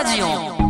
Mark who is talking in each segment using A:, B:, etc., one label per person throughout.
A: ジオ。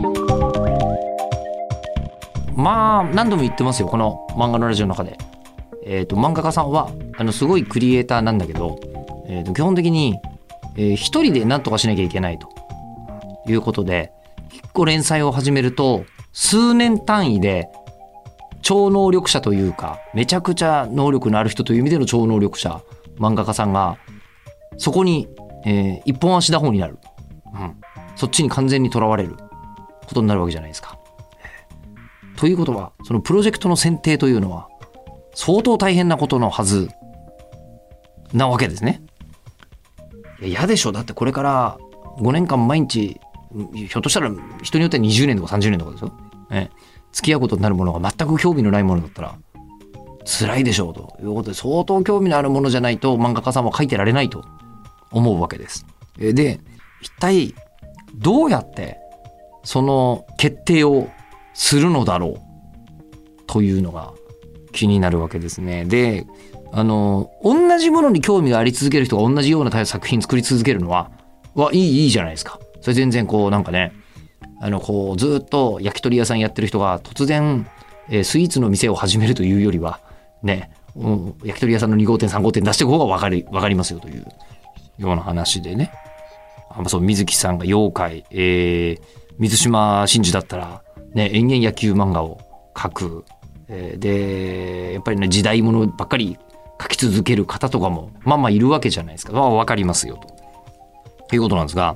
A: まあ何度も言ってますよ、この漫画のラジオの中で。漫画家さんはすごいクリエイターなんだけど、基本的に、一人で何とかしなきゃいけないということで、結構連載を始めると数年単位で超能力者というか、めちゃくちゃ能力のある人という意味での超能力者漫画家さんがそこに、一本足打法になる、そっちに完全にとらわれることになるわけじゃないですか。ということは、そのプロジェクトの選定というのは相当大変なことのはずなわけですね。嫌でしょ。だってこれから5年間毎日、ひょっとしたら人によっては20年とか30年とかですよ、付き合うことになるものが全く興味のないものだったら辛いでしょうということで、相当興味のあるものじゃないと漫画家さんは書いてられないと思うわけです。で、一体どうやってその決定をするのだろうというのが気になるわけですね。で、同じものに興味があり続ける人が同じような作品作り続けるのはいいじゃないですか。それ全然こうなんかね、こうずっと焼き鳥屋さんやってる人が突然、スイーツの店を始めるというよりはね、焼き鳥屋さんの2号店3号店出していく方が分かりますよというような話でね。そう、水木さんが妖怪、水島真司だったらね、延々野球漫画を描く、でやっぱりね、時代物ばっかり描き続ける方とかもまあまあいるわけじゃないですか。分かりますよということなんですが、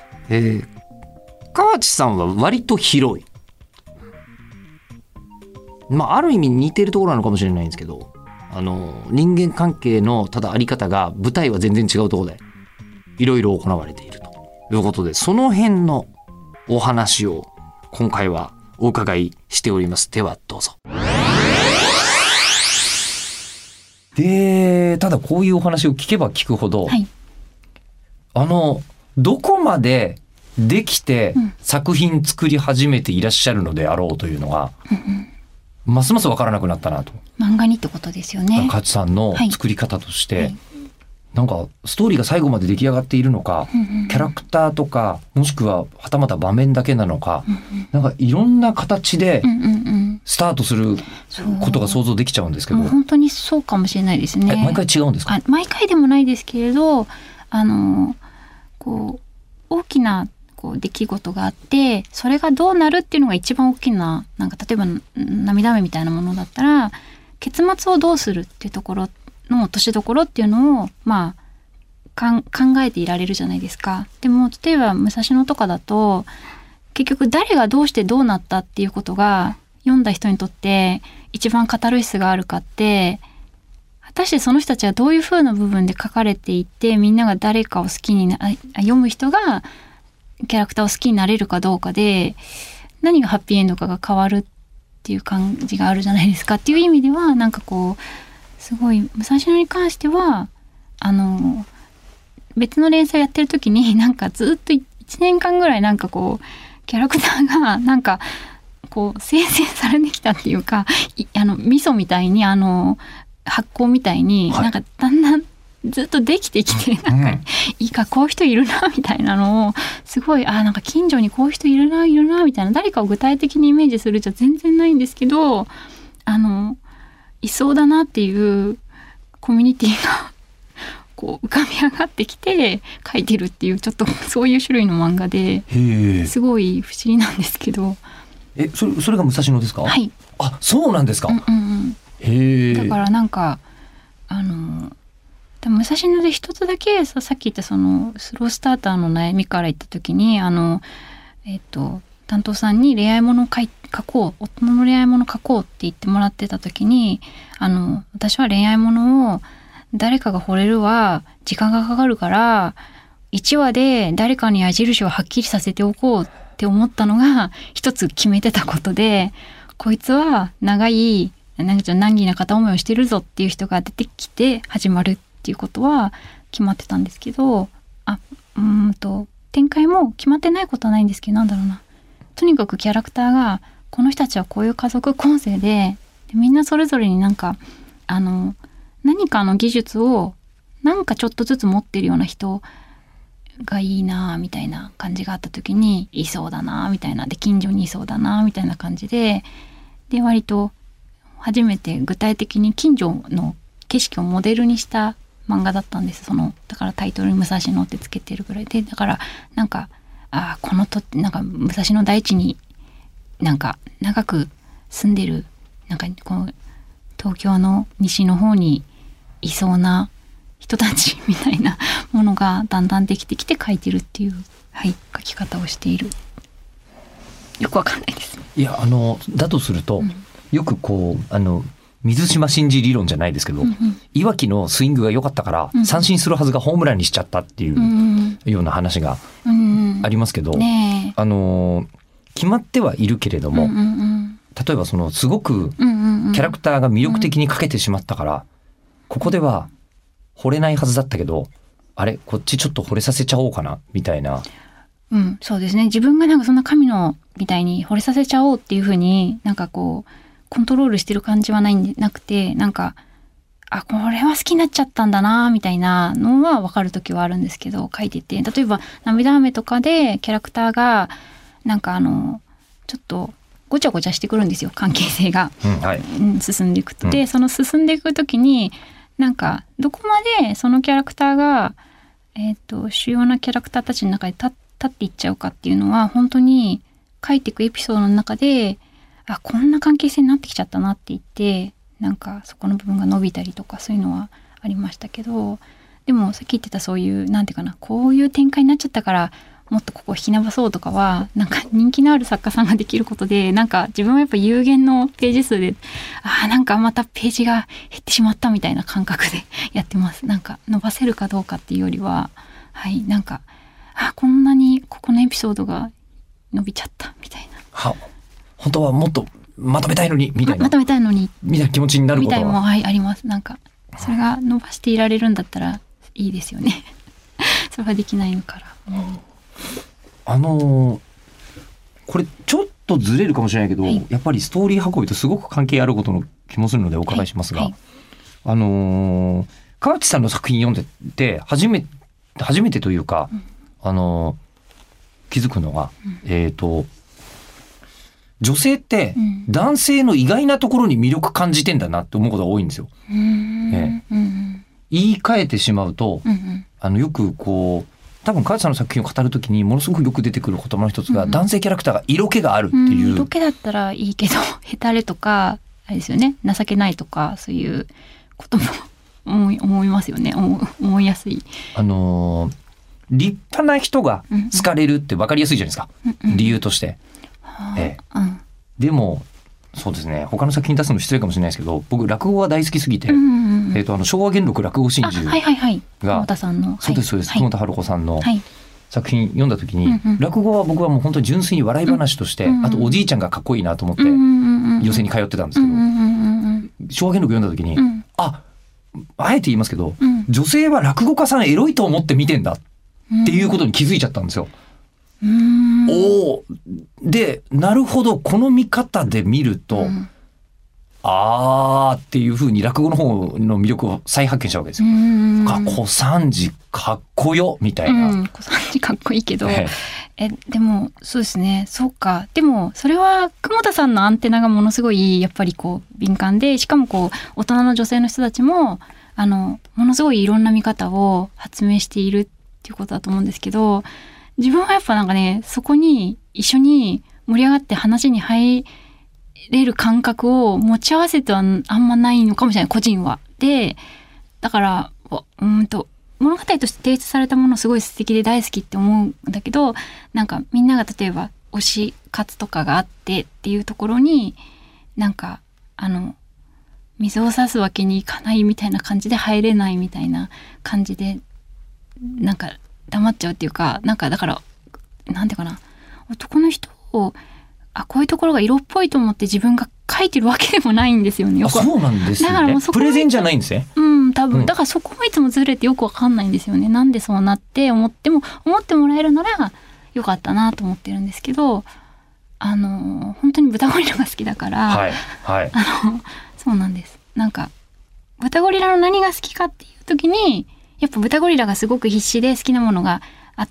A: 河内さんは割と広い、ある意味似てるところなのかもしれないんですけど、人間関係のただあり方が舞台は全然違うところでいろいろ行われているということで、その辺のお話を今回はお伺いしております。ではどうぞ。
B: で、ただこういうお話を聞けば聞くほど、どこまでできて作品作り始めていらっしゃるのであろうというのが、ますます分からなくなったなと。
C: 漫画にってことですよね。
B: 勝さんの作り方として、なんかストーリーが最後まで出来上がっているのか、キャラクターとかもしくははたまた場面だけなのか、なんかいろんな形でスタートすることが想像できちゃうんですけど、
C: 本当にそうかもしれないですね。
B: 毎回違うんですか？
C: 毎回でもないですけれど、こう大きな出来事があって、それがどうなるっていうのが一番大きな、なんか例えば涙目みたいなものだったら、結末をどうするっていうところの落としどころっていうのを考えていられるじゃないですか。でも例えば武蔵野とかだと、結局誰がどうしてどうなったっていうことが読んだ人にとって一番カタルシスがあるかって、果たしてその人たちがどういう風な部分で書かれていて、みんなが誰かを好きに読む人がキャラクターを好きになれるかどうかで、何がハッピーエンドかが変わるっていう感じがあるじゃないですか。っていう意味では、なんかこうすごい武蔵野に関しては別の連載やってる時に、なんかずっと1年間ぐらいなんかこうキャラクターがなんかこう生成されてきたっていうか、味噌みたいに発酵みたいに、なんかだんだんずっとできてきて、なんかいいか、こういう人いるなみたいなのをすごい、なんか近所にこういう人いるなみたいな、誰かを具体的にイメージするじゃ全然ないんですけど、いそうだなっていうコミュニティがこう浮かび上がってきて書いてるっていう、ちょっとそういう種類の漫画で、すごい不思議なんですけど。
B: それが武蔵野ですか？はい。あ、そうなんですか。
C: だからなんか武蔵野で一つだけさっき言ったそのスロースターターの悩みから言った時に、担当さんに恋愛ものを書こう、大人の恋愛もの書こうって言ってもらってた時に、私は恋愛ものを誰かが惚れるは時間がかかるから、1話で誰かに矢印をはっきりさせておこうって思ったのが一つ決めてたことで、こいつは長い難儀な片思いをしてるぞっていう人が出てきて始まるっていうことは決まってたんですけど、展開も決まってないことはないんですけど、とにかくキャラクターが、この人たちはこういう家族構成で、みんなそれぞれになんか何かの技術をなんかちょっとずつ持ってるような人がいいなみたいな感じがあった時にいそうだなみたいなで近所にいそうだなみたいな感じで割と初めて具体的に近所の景色をモデルにした漫画だったんです。だからタイトルに武蔵野ってつけてるぐらいで、だからなんかなんか武蔵野大地になんか長く住んでるなんかこう東京の西の方にいそうな人たちみたいなものがだんだんできてきて書いてるっていう、はい、書き方をしている。よくわかんないです。
B: いやだとすると、よくこう水島新司理論じゃないですけど、いわきのスイングが良かったから三振するはずがホームランにしちゃったっていうような話がありますけど、
C: ね、
B: 決まってはいるけれども、例えばすごくキャラクターが魅力的に描けてしまったから、ここでは惚れないはずだったけど、あれこっちちょっと惚れさせちゃおうかなみたいな。
C: そうですね。自分がなんかそんな神のみたいに惚れさせちゃおうっていう風になんかこうコントロールしてる感じはなくて、なんかこれは好きになっちゃったんだなみたいなのは分かる時はあるんですけど、書いてて例えば涙飴とかでキャラクターがなんかちょっとごちゃごちゃしてくるんですよ、関係性が、進んでいくと。でその進んでいく時になんかどこまでそのキャラクターが主要なキャラクターたちの中で立っていっちゃうかっていうのは本当に書いていくエピソードの中でこんな関係性になってきちゃったなって言ってなんかそこの部分が伸びたりとかそういうのはありましたけど、でもさっき言ってたそういうなんていうかな、こういう展開になっちゃったからもっとここ引き伸ばそうとかはなんか人気のある作家さんができることで、なんか自分はやっぱ有限のページ数でなんかまたページが減ってしまったみたいな感覚でやってます。なんか伸ばせるかどうかっていうよりは、はいなんかこんなにここのエピソードが伸びちゃったみたいな。
B: 本当はもっとまとめたいのにみたいな。
C: まとめたいのに
B: みたいな気持ちになることは。
C: みたいもあります。なんかそれが伸ばしていられるんだったらいいですよね。それはできないから。
B: これちょっとずれるかもしれないけど、やっぱりストーリー運びとすごく関係あることの気もするのでお伺いしますが、河内さんの作品読んでて初めてというか、気づくのが、女性って男性の意外なところに魅力感じてんだなって思うことが多いんですよ。言い換えてしまうと、よくこう多分河内さんの作品を語るときにものすごくよく出てくる言葉の一つが、男性キャラクターが色気があるっていう。
C: 色気だったらいいけどヘタレとかあれですよね、情けないとかそういうことも思いますよね。思いやすい。
B: 立派な人が好かれるって分かりやすいじゃないですか、理由として。でもそうですね、他の作品出すの失礼かもしれないですけど、僕落語が大好きすぎて、昭和元禄落語真珠が、
C: 久保田さんの、
B: そうですそうです、久保田春子さんの作品読んだ時に、落語は僕はもう本当に純粋に笑い話として、あとおじいちゃんがかっこいいなと思って寄席に通ってたんですけど、昭和元禄読んだ時に、あえて言いますけど、女性は落語家さんエロいと思って見てんだっていうことに気づいちゃったんですよ。でなるほど、この見方で見ると、っていう風に落語の方の魅力を再発見したわけですよ。小三治かっこよみたいな。
C: 小三治かっこいいけど、でもそうですね、そうか。でもそれは久保田さんのアンテナがものすごいやっぱりこう敏感で、しかもこう大人の女性の人たちもものすごいいろんな見方を発明しているっていうことだと思うんですけど、自分はやっぱなんかね、そこに一緒に盛り上がって話に入れる感覚を持ち合わせてはあんまないのかもしれない、個人は。で、だから物語として提出されたものすごい素敵で大好きって思うんだけど、なんかみんなが例えば推し活とかがあってっていうところになんか水を差すわけにいかないみたいな感じで入れないみたいな感じでなんか黙っちゃうっていうか、なんかだからなんていうかな、男の人をこういうところが色っぽいと思って自分が書いてるわけでもないんですよね。
B: そうなんですね。だからもうプレゼンじゃないんですね。
C: 多分だからそこもいつもずれてよくわかんないんですよね。なんでそうなって思ってもらえるならよかったなと思ってるんですけど、本当に豚ゴリラが好きだから、そうなんです。なんか豚ゴリラの何が好きかっていう時にやっぱ豚ゴリラがすごく必死で好きなものがあって、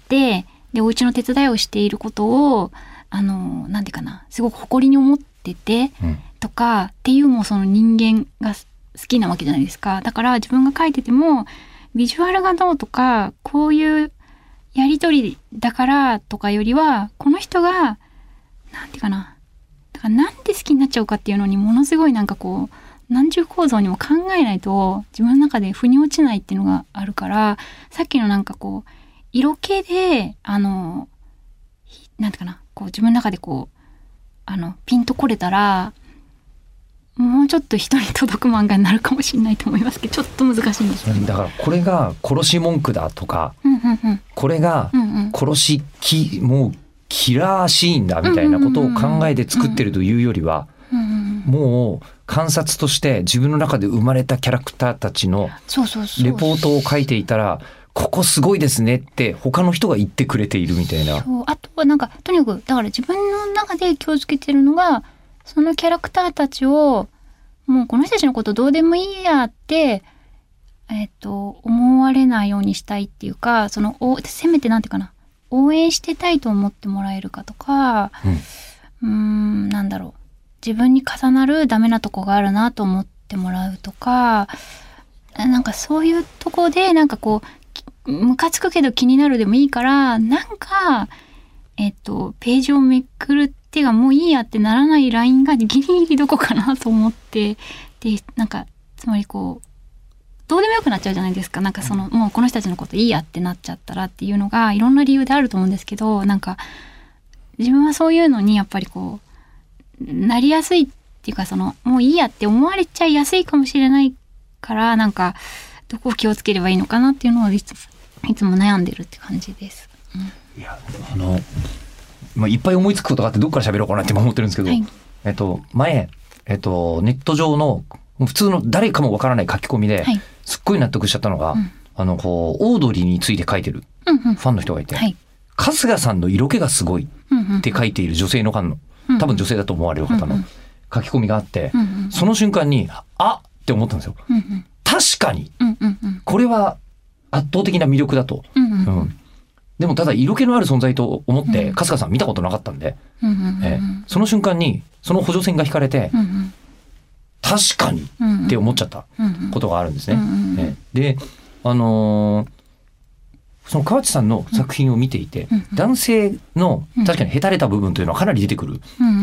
C: でお家の手伝いをしていることをなんていうかな、すごく誇りに思ってて、とかっていう、もうその人間が好きなわけじゃないですか。だから自分が書いててもビジュアルがどうとかこういうやりとりだからとかよりは、この人がなんていうかな、だからなんで好きになっちゃうかっていうのにものすごいなんかこう何重構造にも考えないと自分の中で腑に落ちないっていうのがあるから、さっきのなんかこう色気でなんていうかな、こう自分の中でこうピンとこれたらもうちょっと人に届く漫画になるかもしれないと思いますけど、ちょっと難しいんですよね。
B: だからこれが殺し文句だとか、これが殺しもうキラーシーンだみたいなことを考えて作ってるというよりは、もう観察として自分の中で生まれたキャラクターたちのレポートを書いていたら、ここすごいですねって他の人が言ってくれているみたいな。
C: そう、あとはなんかとにかくだから自分の中で気をつけてるのが、そのキャラクターたちをもうこの人たちのことどうでもいいやって思われないようにしたいっていうか、そのせめてなんていうかな、応援してたいと思ってもらえるかとか、なんだろう、自分に重なるダメなとこがあるなと思ってもらうとか、なんかそういうとこでなんかこうムカつくけど気になるでもいいから、なんかページをめくる手がもういいやってならないラインがギリギリどこかなと思って、でなんかつまりこうどうでもよくなっちゃうじゃないですか。なんかそのもうこの人たちのこといいやってなっちゃったらっていうのがいろんな理由であると思うんですけど、なんか自分はそういうのにやっぱりこうなりやすいっていうか、そのもういいやって思われちゃいやすいかもしれないから、なんかどこを気をつければいいのかなっていうのをいつも悩んでるって感じです。
B: いやいっぱい思いつくことがあってどっから喋ろうかなって思ってるんですけど、前ネット上の普通の誰かもわからない書き込みで、すっごい納得しちゃったのが、こうオードリーについて書いてるファンの人がいて、春日さんの色気がすごいって書いている女性のファンの、多分女性だと思われる方の書き込みがあって、その瞬間にあって思ったんですよ。確かにこれは圧倒的な魅力だと。でもただ色気のある存在と思って春日さん見たことなかったんで、その瞬間にその補助線が引かれて、確かにって思っちゃったことがあるんですね。でその河内さんの作品を見ていて、男性の確かにへたれた部分というのはかなり出てくる、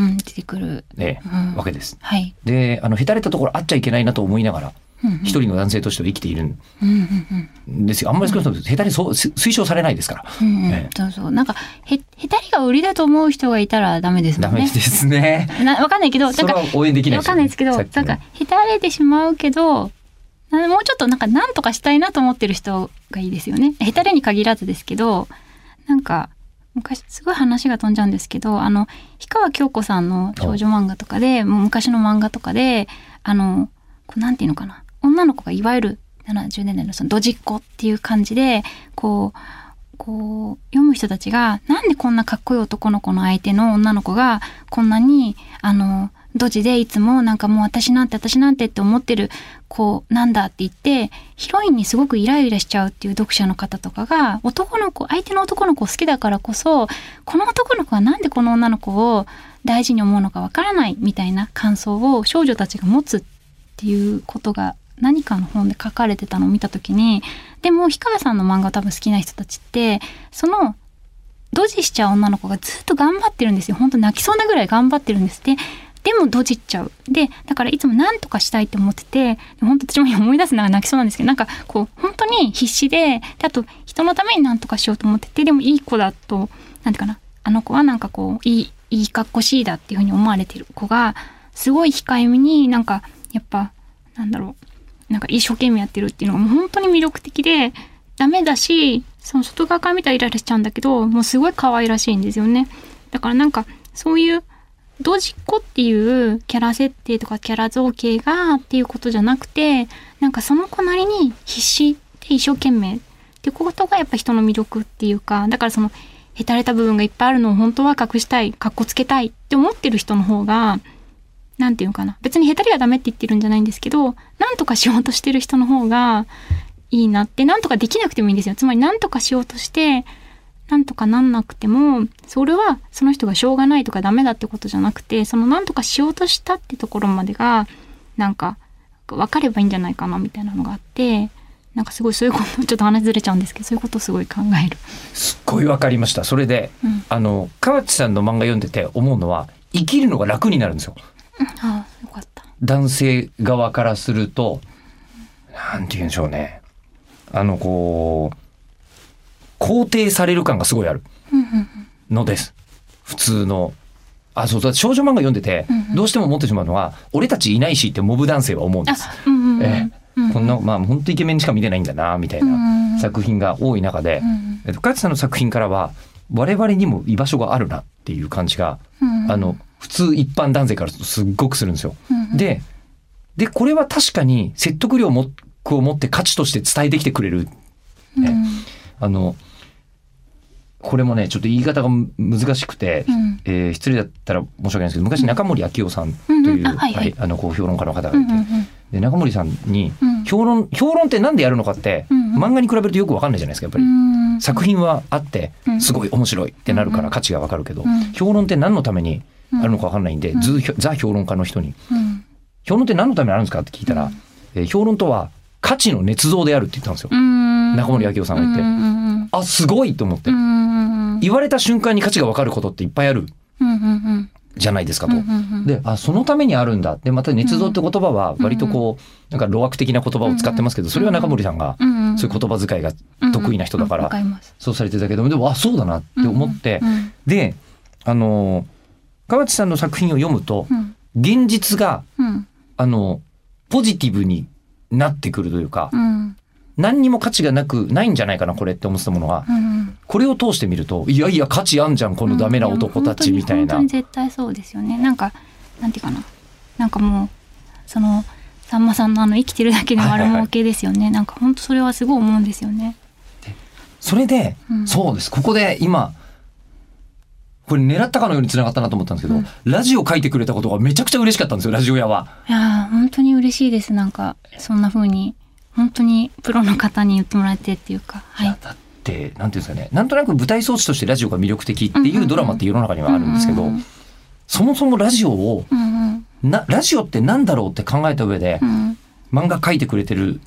B: わけです。でへたれたところあっちゃいけないなと思いながら一人の男性として生きているんですよ。あんまり少なくとも下手に推奨されないですから。
C: そうそう、なんか下手りが売りだと思う人がいたらダメですもんね。
B: ダメですね。
C: わかんないけど、
B: それは応援できないですよね。
C: わかんないですけど、なんか下手れてしまうけど、もうちょっとなんとかしたいなと思ってる人がいいですよね。下手れに限らずですけど、なんか昔すごい話が飛んじゃうんですけど、氷川きょうこさんの少女漫画とかで、もう昔の漫画とかでこうなんていうのかな、女の子がいわゆる70年代のそのドジっ子っていう感じでこう読む人たちが、なんでこんなかっこいい男の子の相手の女の子がこんなにドジでいつもなんかもう私なんてって思ってる子なんだって言ってヒロインにすごくイライラしちゃうっていう読者の方とかが、相手の男の子を好きだからこそ、この男の子はなんでこの女の子を大事に思うのかわからないみたいな感想を少女たちが持つっていうことが何かの本で書かれてたのを見たときに、でも氷川さんの漫画を多分好きな人たちってそのドジしちゃう女の子がずっと頑張ってるんですよ。本当泣きそうなぐらい頑張ってるんです。でもドジっちゃう。でだからいつも何とかしたいって思ってて、本当私も思い出すのが泣きそうなんですけど、なんかこう本当に必死で、あと人のために何とかしようと思ってて、でもいい子だと、なんていうかな、あの子はなんかこういいかっこしいだっていうふうに思われてる子がすごい控えめに、なんかやっぱなんだろう、なんか一生懸命やってるっていうのがもう本当に魅力的で、ダメだし、その外側から見たらイライラしちゃうんだけど、もうすごい可愛らしいんですよね。だからなんかそういうドジっ子っていうキャラ設定とかキャラ造形がっていうことじゃなくて、なんかその子なりに必死で一生懸命っていうことがやっぱ人の魅力っていうか、だからそのへたれた部分がいっぱいあるのを本当は隠したい、かっこつけたいって思ってる人の方が、なんていうのかな、別にへたりはダメって言ってるんじゃないんですけど、なんとかしようとしてる人の方がいいなって、なんとかできなくてもいいんですよ。つまりなんとかしようとしてなんとかなんなくても、それはその人がしょうがないとかダメだってことじゃなくて、そのなんとかしようとしたってところまでがなんか分かればいいんじゃないかなみたいなのがあって、なんかすごいそういうことちょっと話ずれちゃうんですけど、そういうことをすごい考える。
B: すっごいわかりました。それで、河内さんの漫画読んでて思うのは、生きるのが楽になるんですよ。
C: ああ、よかった。
B: 男性側からすると、なんて言うんでしょうね。こう肯定される感がすごいあるのです。普通のそうだ、少女漫画読んでてどうしても思ってしまうのは、俺たちいないしってモブ男性は思うんです。こんな本当イケメンしか見てないんだなみたいな作品が多い中で、河内さんの作品からは我々にも居場所があるなっていう感じが、普通一般男性からするとすっごくするんですよ。でこれは確かに説得力を持って価値として伝えてきてくれる。これもねちょっと言い方が難しくて、失礼だったら申し訳ないんですけど、昔中森明夫さんという評論家の方がいて、で中森さんに評論ってなんでやるのかって、漫画に比べるとよく分かんないじゃないですか。やっぱり作品はあってすごい面白いってなるから価値が分かるけど、評論って何のためにあるのか分かんないんで、ザ評論家の人に評論って何のためにあるんですかって聞いたら、評論とは価値の捏造であるって言ったんですよ。中森明夫さんが言って、すごいと思って、言われた瞬間に価値が分かることっていっぱいあるじゃないですかと。で、そのためにあるんだ。でまた捏造って言葉は割となんか路悪的な言葉を使ってますけど、それは中森さんがそういう言葉遣いが得意な人だからそうされてたけど、でもそうだなって思って、で河内さんの作品を読むと、現実がポジティブになってくるというか、何にも価値がないんじゃないかなこれって思ってたものが、これを通してみると、いやいや価値あんじゃんこのダメな男たちみたいな。
C: 本当に絶対そうですよね。なんていうかな、なんかもうそのさんまさんの生きてるだけで丸儲けですよね。なんか本当それはすごい思うんですよね。
B: それで、そうです。ここで今これ狙ったかのように繋がったなと思ったんですけど、ラジオ書いてくれたことがめちゃくちゃ嬉しかったんですよ、ラジオ屋は。
C: いや本当に嬉しいです。なんかそんな風に本当にプロの方に言ってもらえてっていうか、
B: いやだってなんていうんですかね、なんとなく舞台装置としてラジオが魅力的っていうドラマって世の中にはあるんですけど、そもそもラジオを、ラジオってなんだろうって考えた上で、漫画書いてくれてるって、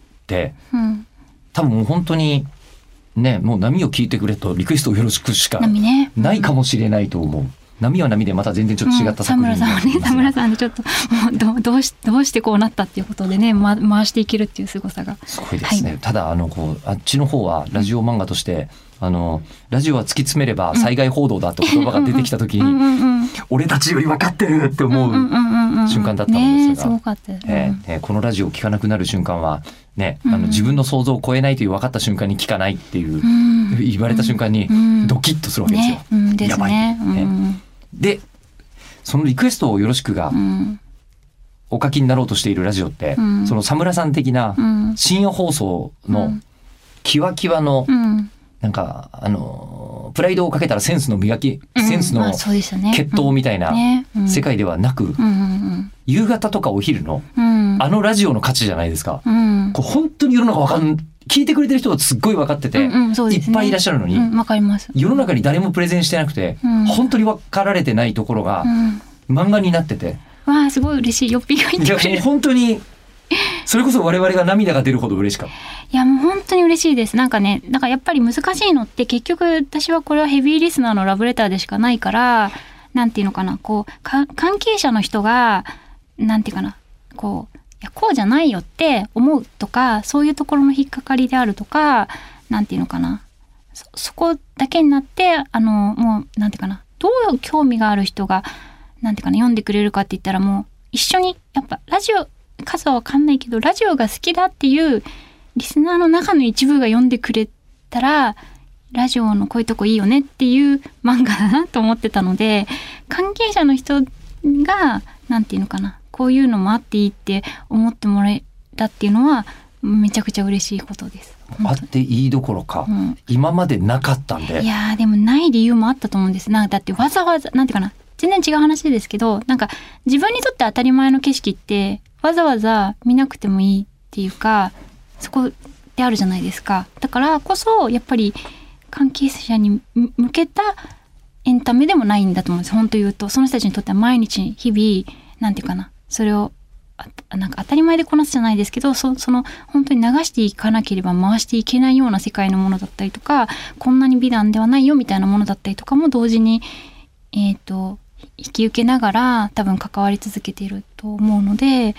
B: 多分もう本当にね、もう波を聞いてくれとリクエストをよろしくしかないかもしれないと思う。波は波でまた全然ちょっと違った作品になりますが、
C: 田村さんでちょっともうどうしてこうなったっていうことでね、回していけるっていう凄さが
B: すごいですね。ただあっちの方はラジオ漫画としてラジオは突き詰めれば災害報道だって言葉が出てきた時に、俺たちより分かってるって思う瞬間だったのですが、
C: すごかったです
B: このラジオを聞かなくなる瞬間はね、自分の想像を超えないという分かった瞬間に聞かないっていう、言われた瞬間にドキッとするわけですよ。やばい、でそのリクエストをよろしくが、お書きになろうとしているラジオって、その佐村さん的な深夜放送のキワキワの、なんかプライドをかけたらセンスの磨き、センスの決闘みたいな世界ではなく、夕方とかお昼のラジオの価値じゃないですか。こう本当に世の中聞いてくれてる人はすっごい分かってて、いっぱいいらっしゃるのに、
C: わかります。
B: 世の中に誰もプレゼンしてなくて、本当に分かられてないところが漫画になってて、
C: わあすごい嬉しい。よっぴが言ってくれる。
B: いや本当にそれこそ我々が涙が出るほど嬉しかった。
C: いやもう本当に嬉しいです。なんかね、なんかやっぱり難しいのって結局私はこれはヘビーリスナーのラブレターでしかないから、なんていうのかな、こう関係者の人がなんていうかな、こうじゃないよって思うとか、そういうところの引っかかりであるとか、なんていうのかな、そこだけになってもうなんていうかな、どう興味がある人がなんていうかな読んでくれるかって言ったら、もう一緒にやっぱラジオ数は分かんないけどラジオが好きだっていうリスナーの中の一部が読んでくれたら、ラジオのこういうとこいいよねっていう漫画だなと思ってたので、関係者の人がなんていうのかな、こういうのもあっていいって思ってもらえたっていうのはめちゃくちゃ嬉しいことです。
B: あっていいどころか、今までなかったんで。
C: いやでもない理由もあったと思うんです。だってわざわざなんていうかな、全然違う話ですけど、なんか自分にとって当たり前の景色ってわざわざ見なくてもいいっていうか、そこであるじゃないですか。だからこそやっぱり関係者に向けたエンタメでもないんだと思うんです。本当言うとその人たちにとっては毎日日々なんていうかな、それをなんか当たり前でこなすじゃないですけど、その本当に流していかなければ回していけないような世界のものだったりとか、こんなに美談ではないよみたいなものだったりとかも同時に引き受けながら多分関わり続けていると思うので、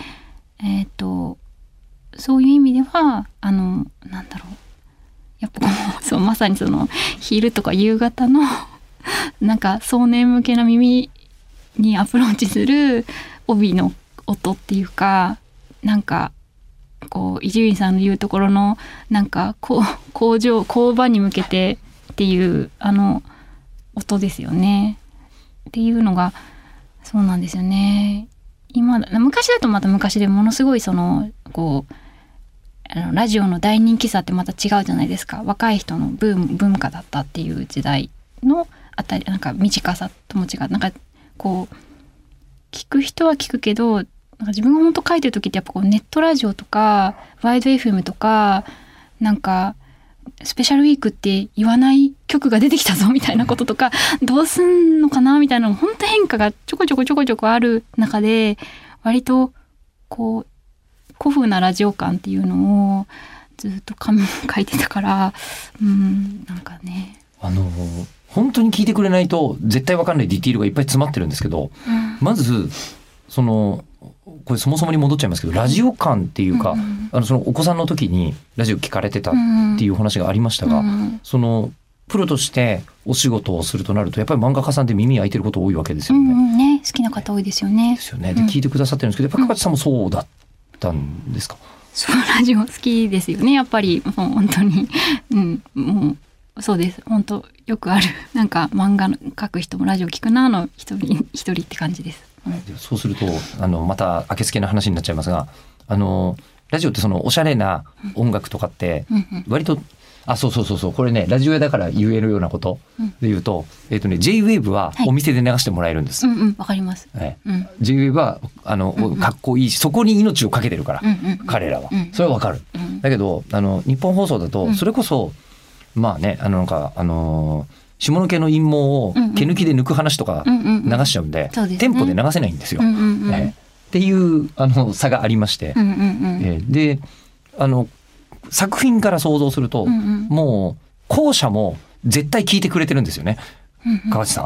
C: そういう意味ではなんだろう、やっぱそうまさにその昼とか夕方のなんか壮年向けな耳にアプローチする帯の音っていうか、なんかこう伊集院さんの言うところのなんか工場に向けてっていう音ですよねっていうのがそうなんですよね。昔だとまた昔でものすごいそのこうラジオの大人気さってまた違うじゃないですか。若い人の文化だったっていう時代のなんか短さとも違う、なんかこう聞く人は聞くけど、なんか自分が本当書いてる時ってやっぱこうネットラジオとかワイド FM とかなんかスペシャルウィークって言わない曲が出てきたぞみたいなこととかどうすんのかなみたいな本当変化がちょこちょこある中で、割とこう古風なラジオ感っていうのをずっと書いてたから、なんかね
B: 本当に聞いてくれないと絶対わかんないディティールがいっぱい詰まってるんですけど、まずこれそもそもに戻っちゃいますけど、ラジオ感っていうか、そのお子さんの時にラジオ聞かれてたっていう話がありましたが、そのプロとしてお仕事をするとなるとやっぱり漫画家さんって耳開いてること多いわけですよね。
C: 好きな方多いですよね。
B: ですよね。で聞いてくださってるんですけど、やっぱりかかちさんもそうだったんですか？
C: そうラジオ好きですよねやっぱり。もう本当に、もうそうです。本当よくあるなんか漫画の書く人もラジオ聞くなの一人って感じです。
B: そうするとまたあけすけな話になっちゃいますが、ラジオってそのおしゃれな音楽とかって割と、そうこれねラジオ屋だから言えるようなことで言うと、J-WAVE はお店で流してもらえるんです。
C: わかります。
B: J-WAVE はかっこいいし、そこに命をかけてるから、彼らはそれはわかる。だけど日本放送だとそれこそまあねなんか下の毛の陰謀を毛抜きで抜く話とか流しちゃうんで、テンポで流せないんですよ。っていう差がありまして、で作品から想像すると、もう後者も絶対聞いてくれてるんですよね、川地さん。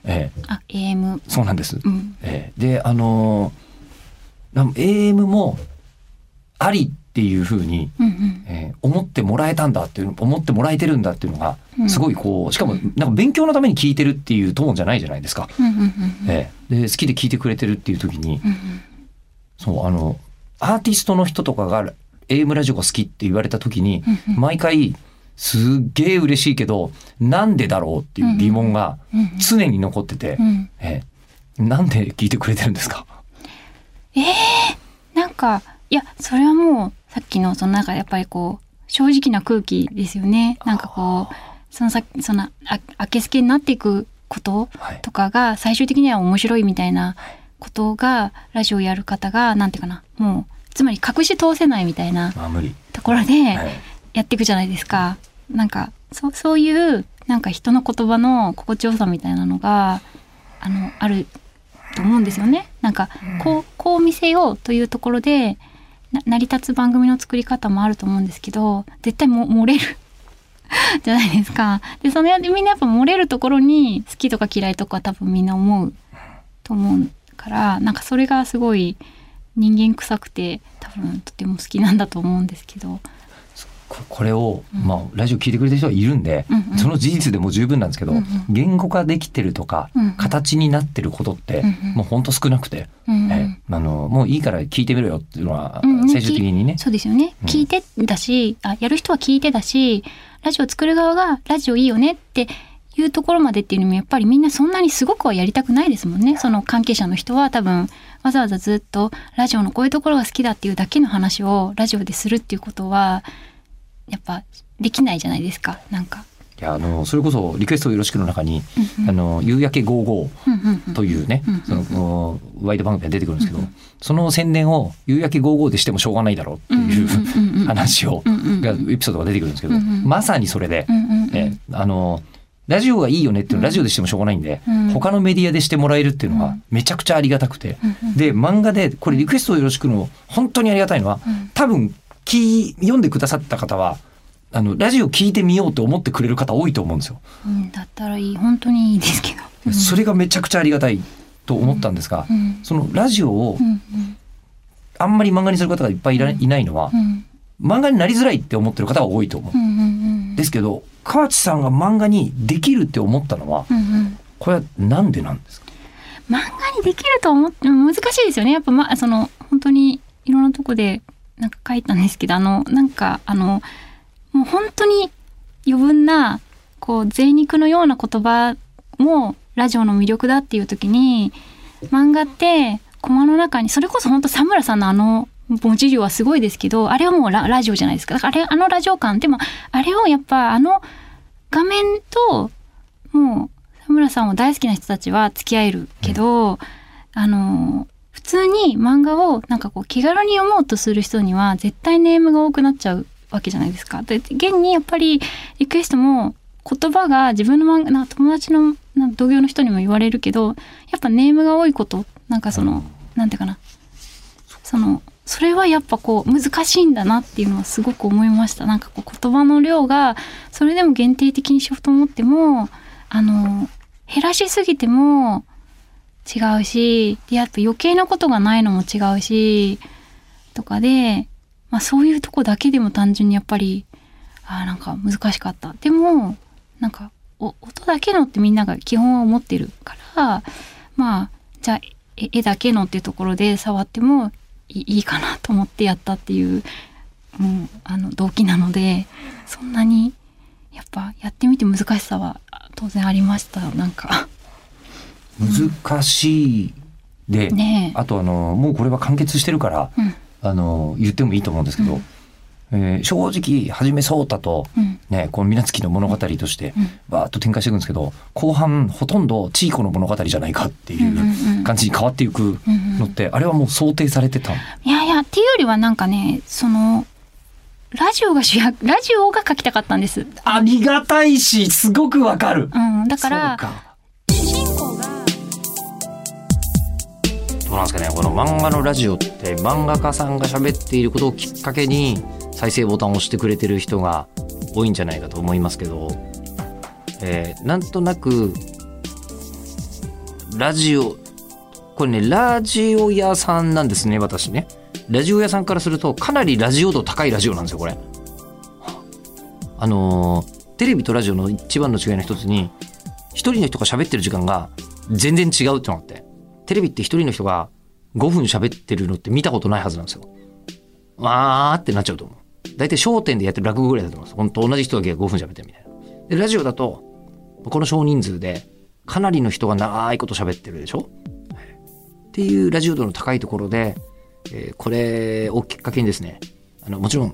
C: AM
B: そうなんです。でAM もありっていうふうに、思ってもらえたんだっていう思ってもらえてるんだっていうのがすごいこう、しかもなんか勉強のために聞いてるっていうトーンじゃないじゃないですか。で好きで聞いてくれてるっていう時に、そうアーティストの人とかが AM ラジオが好きって言われた時に、毎回すっげえ嬉しいけどなんでだろうっていう疑問が常に残ってて、なんで聞いてくれてるんですか？
C: なんかいやそれはもうさっきのそのなんかやっぱりこう正直な空気ですよね。なんかこうそのあけすけになっていくこととかが最終的には面白いみたいなことがラジオやる方がなんていうかな、もうつまり隠し通せないみたいなところでやっていくじゃないですか。なんかそういうなんか人の言葉の心地よさみたいなのがあると思うんですよね。なんかこう見せようというところで成り立つ番組の作り方もあると思うんですけど、絶対漏れるじゃないですか。でみんなやっぱ漏れるところに好きとか嫌いとか多分みんな思うと思うから、なんかそれがすごい人間臭くて多分とても好きなんだと思うんですけど、
B: これを、ラジオ聞いてくれてる人はいるんで、その事実でも十分なんですけど、言語化できてるとか、形になってることって、もうほんと少なくて、もういいから聞いてみろよっていうのは、最終的にね。
C: そうですよね。聞いてだし、やる人は聞いてだし、ラジオ作る側がラジオいいよねっていうところまでっていうのもやっぱりみんなそんなにすごくはやりたくないですもんね。その関係者の人は多分わざわざずっとラジオのこういうところが好きだっていうだけの話をラジオでするっていうことはやっぱできないじゃないですか。なんか
B: いやそれこそリクエストよろしくの中に、夕焼け55というね、そのワイド番組が出てくるんですけど、その宣伝を夕焼け55でしてもしょうがないだろうっていう話をがエピソードが出てくるんですけど、まさにそれで、 ラジオがいいよねっていうのはラジオでしてもしょうがないんで、他のメディアでしてもらえるっていうのがめちゃくちゃありがたくて、で漫画でこれリクエストをよろしくの本当にありがたいのは、多分読んでくださった方はラジオ聞いてみようと思ってくれる方多いと思うんですよ。
C: だったらいい、本当にいいですけど、
B: それがめちゃくちゃありがたいと思ったんですが、そのラジオをあんまり漫画にする方がいっぱいいないのは、漫画になりづらいって思ってる方は多いと思う。ですけど河内さんが漫画にできるって思ったのは、これはなんでなんですか？
C: 漫画にできると思っても難しいですよね。やっぱ本当にいろんなとこでなんか書いたんですけど、もう本当に余分な贅肉のような言葉もラジオの魅力だっていう時に、漫画ってコマの中にそれこそ本当佐村さんの文字量はすごいですけど、あれはもうラジオじゃないですか。だからラジオ感でもあれをやっぱ画面ともう佐村さんを大好きな人たちは付き合えるけど、普通に漫画をなんか気軽に読もうとする人には絶対ネームが多くなっちゃうわけじゃないですか。で現にやっぱりリクエストも言葉が自分の友達の同業の人にも言われるけど、やっぱネームが多いこと、なんていうかな、それはやっぱ難しいんだなっていうのはすごく思いました。なんか言葉の量がそれでも限定的にしようと思っても減らしすぎても違うし、でやっぱ余計なことがないのも違うしとかで、そういうとこだけでも単純にやっぱりなんか難しかった。でもなんか音だけのってみんなが基本は思ってるから、じゃあ絵だけのっていうところで触ってもいいかなと思ってやったっていう、動機なので、そんなにやっぱやってみて難しさは当然ありました。なんか
B: 難しいで、
C: ね、
B: あともうこれは完結してるから、言ってもいいと思うんですけど、正直はじめそうたと、この水月の物語としてバーッと展開していくんですけど、後半ほとんどチーコの物語じゃないかっていう感じに変わっていくのって、あれはもう想定されてたの？
C: いやっていうよりはなんかね、ラジオが主役、ラジオが書きたかったんです。
B: ありがたいし、すごくわかる。
C: だから主人公が
A: どうなんですかね、この漫画のラジオって漫画家さんが喋っていることをきっかけに再生ボタンを押してくれてる人が多いんじゃないかと思いますけど、なんとなくラジオ、これねラジオ屋さんなんですね。私ねラジオ屋さんからするとかなりラジオ度高いラジオなんですよこれ。テレビとラジオの一番の違いの一つに、一人の人が喋ってる時間が全然違うってのがあって、テレビって一人の人が5分喋ってるのって見たことないはずなんですよ。ってなっちゃうと思う。大体笑点でやってる落語ぐらいだと思います。本当同じ人だけが5分喋ってるみたいな。でラジオだとこの少人数でかなりの人が長いこと喋ってるでしょっていうラジオ度の高いところで、これをきっかけにですね、もちろん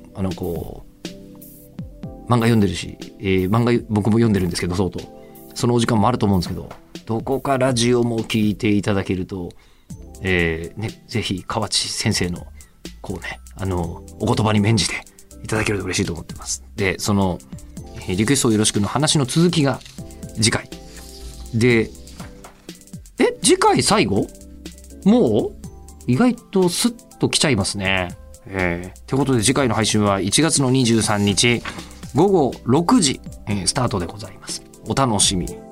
A: 漫画読んでるし、漫画僕も読んでるんですけど、相当そのお時間もあると思うんですけど、どこかラジオも聞いていただけると、ぜひ河内先生のお言葉に免じていただけると嬉しいと思ってます。でそのリクエストをよろしくの話の続きが次回で、次回最後？もう意外とスッと来ちゃいますね。ってことで次回の配信は1月の23日午後6時、スタートでございます。お楽しみに。